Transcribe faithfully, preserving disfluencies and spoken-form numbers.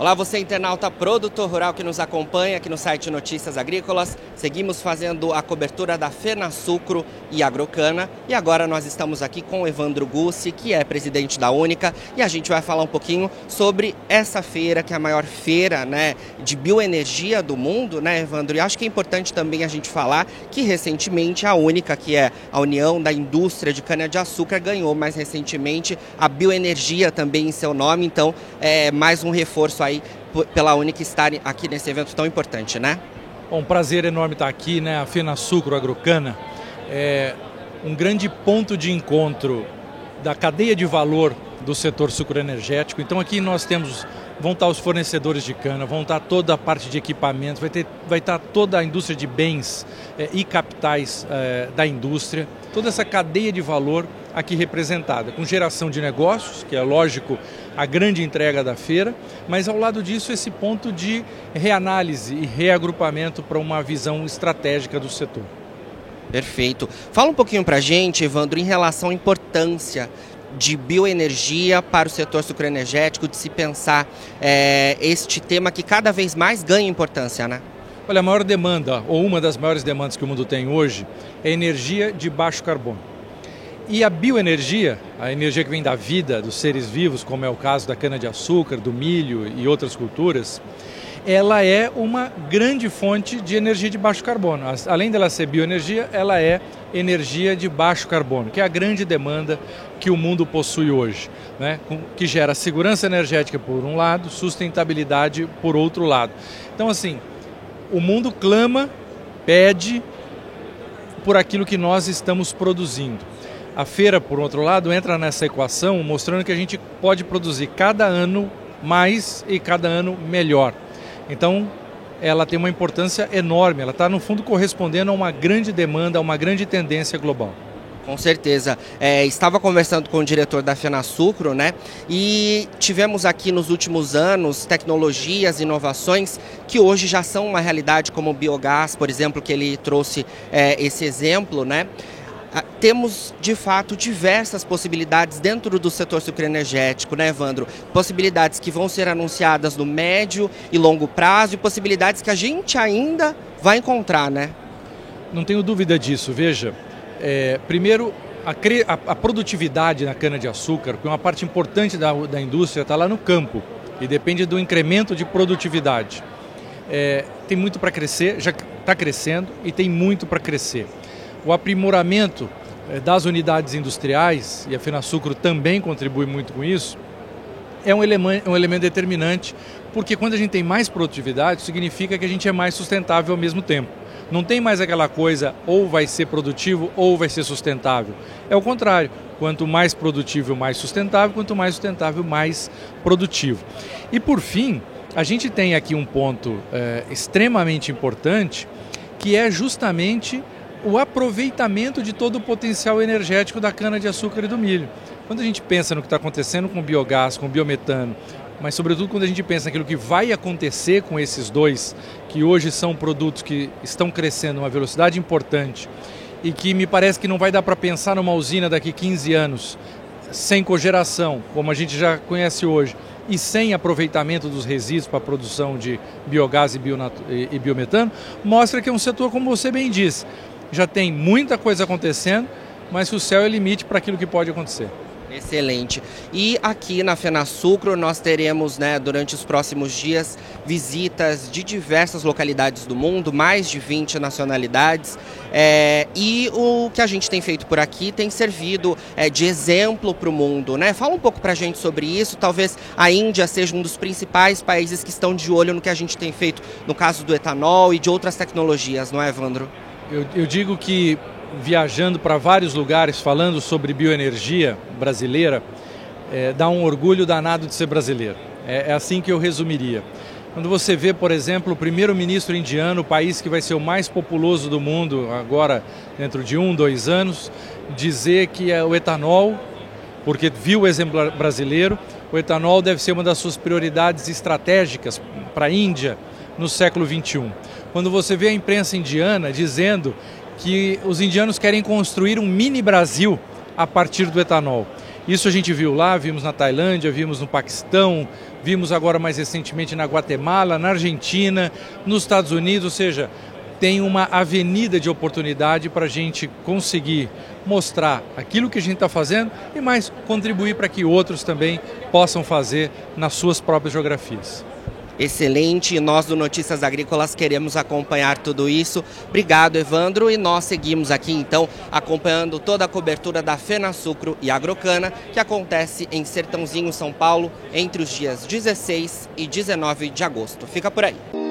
Olá, você internauta produtor rural que nos acompanha aqui no site Notícias Agrícolas. Seguimos fazendo a cobertura da FenaSucro e Agrocana e agora nós estamos aqui com o Evandro Gussi, que é presidente da Única, e a gente vai falar um pouquinho sobre essa feira, que é a maior feira, né, de bioenergia do mundo, né, Evandro? E acho que é importante também a gente falar que recentemente a Única, que é a União da Indústria de Cana-de-Açúcar, ganhou mais recentemente a bioenergia também em seu nome, então é mais um reforço aí pela Única estar aqui nesse evento tão importante, né? Bom, um prazer enorme estar aqui, né? A FenaSucro Agrocana é um grande ponto de encontro da cadeia de valor do setor sucroenergético. Então aqui nós temos, vão estar os fornecedores de cana, vão estar toda a parte de equipamentos, vai, ter, vai estar toda a indústria de bens é, e capitais é, da indústria, toda essa cadeia de valor aqui representada, com geração de negócios, que é lógico a grande entrega da feira, mas ao lado disso esse ponto de reanálise e reagrupamento para uma visão estratégica do setor. Perfeito. Fala um pouquinho para a gente, Evandro, em relação à importância de bioenergia para o setor sucroenergético, de se pensar é, este tema que cada vez mais ganha importância, né? Olha, a maior demanda, ou uma das maiores demandas que o mundo tem hoje, é energia de baixo carbono. E a bioenergia, a energia que vem da vida dos seres vivos, como é o caso da cana-de-açúcar, do milho e outras culturas, ela é uma grande fonte de energia de baixo carbono. Além dela ser bioenergia, ela é energia de baixo carbono, que é a grande demanda que o mundo possui hoje, né? Que gera segurança energética por um lado, sustentabilidade por outro lado. Então, assim, o mundo clama, pede por aquilo que nós estamos produzindo. A feira, por outro lado, entra nessa equação mostrando que a gente pode produzir cada ano mais e cada ano melhor. Então, ela tem uma importância enorme, ela está, no fundo, correspondendo a uma grande demanda, a uma grande tendência global. Com certeza. É, estava conversando com o diretor da FenaSucro, né? E tivemos aqui nos últimos anos tecnologias, inovações que hoje já são uma realidade, como o biogás, por exemplo, que ele trouxe é, esse exemplo, né? Temos, de fato, diversas possibilidades dentro do setor sucroenergético, né, Evandro? Possibilidades que vão ser anunciadas no médio e longo prazo e possibilidades que a gente ainda vai encontrar, né? Não tenho dúvida disso. Veja, é, primeiro, a, a, a produtividade na cana-de-açúcar, que é uma parte importante da, da indústria, está lá no campo e depende do incremento de produtividade. É, tem muito para crescer, já está crescendo e tem muito para crescer. O aprimoramento das unidades industriais, e a FenaSucro também contribui muito com isso, é um elemento, um elemento determinante, porque quando a gente tem mais produtividade, significa que a gente é mais sustentável ao mesmo tempo. Não tem mais aquela coisa, ou vai ser produtivo ou vai ser sustentável. É o contrário, quanto mais produtivo, mais sustentável, quanto mais sustentável, mais produtivo. E por fim, a gente tem aqui um ponto é, extremamente importante, que é justamente o aproveitamento de todo o potencial energético da cana-de-açúcar e do milho. Quando a gente pensa no que está acontecendo com o biogás, com o biometano, mas sobretudo quando a gente pensa naquilo que vai acontecer com esses dois, que hoje são produtos que estão crescendo a uma velocidade importante e que me parece que não vai dar para pensar numa usina daqui a quinze anos sem cogeração, como a gente já conhece hoje, e sem aproveitamento dos resíduos para a produção de biogás e, e biometano, mostra que é um setor, como você bem disse, já tem muita coisa acontecendo, mas que o céu é limite para aquilo que pode acontecer. Excelente. E aqui na FenaSucro nós teremos, né, durante os próximos dias, visitas de diversas localidades do mundo, mais de vinte nacionalidades. É, e o que a gente tem feito por aqui tem servido é, de exemplo para o mundo, né? Fala um pouco para a gente sobre isso. Talvez a Índia seja um dos principais países que estão de olho no que a gente tem feito no caso do etanol e de outras tecnologias, não é, Evandro? Eu, eu digo que, viajando para vários lugares, falando sobre bioenergia brasileira, é, dá um orgulho danado de ser brasileiro. É, é assim que eu resumiria. Quando você vê, por exemplo, o primeiro-ministro indiano, o país que vai ser o mais populoso do mundo agora, dentro de um, dois anos, dizer que é o etanol, porque viu o exemplo brasileiro, o etanol deve ser uma das suas prioridades estratégicas para a Índia no século vinte e um. Quando você vê a imprensa indiana dizendo que os indianos querem construir um mini Brasil a partir do etanol. Isso a gente viu lá, vimos na Tailândia, vimos no Paquistão, vimos agora mais recentemente na Guatemala, na Argentina, nos Estados Unidos, ou seja, tem uma avenida de oportunidade para a gente conseguir mostrar aquilo que a gente está fazendo e mais contribuir para que outros também possam fazer nas suas próprias geografias. Excelente, e nós do Notícias Agrícolas queremos acompanhar tudo isso. Obrigado, Evandro, e nós seguimos aqui então acompanhando toda a cobertura da FenaSucro e Agrocana, que acontece em Sertãozinho, São Paulo, entre os dias dezesseis e dezenove de agosto. Fica por aí.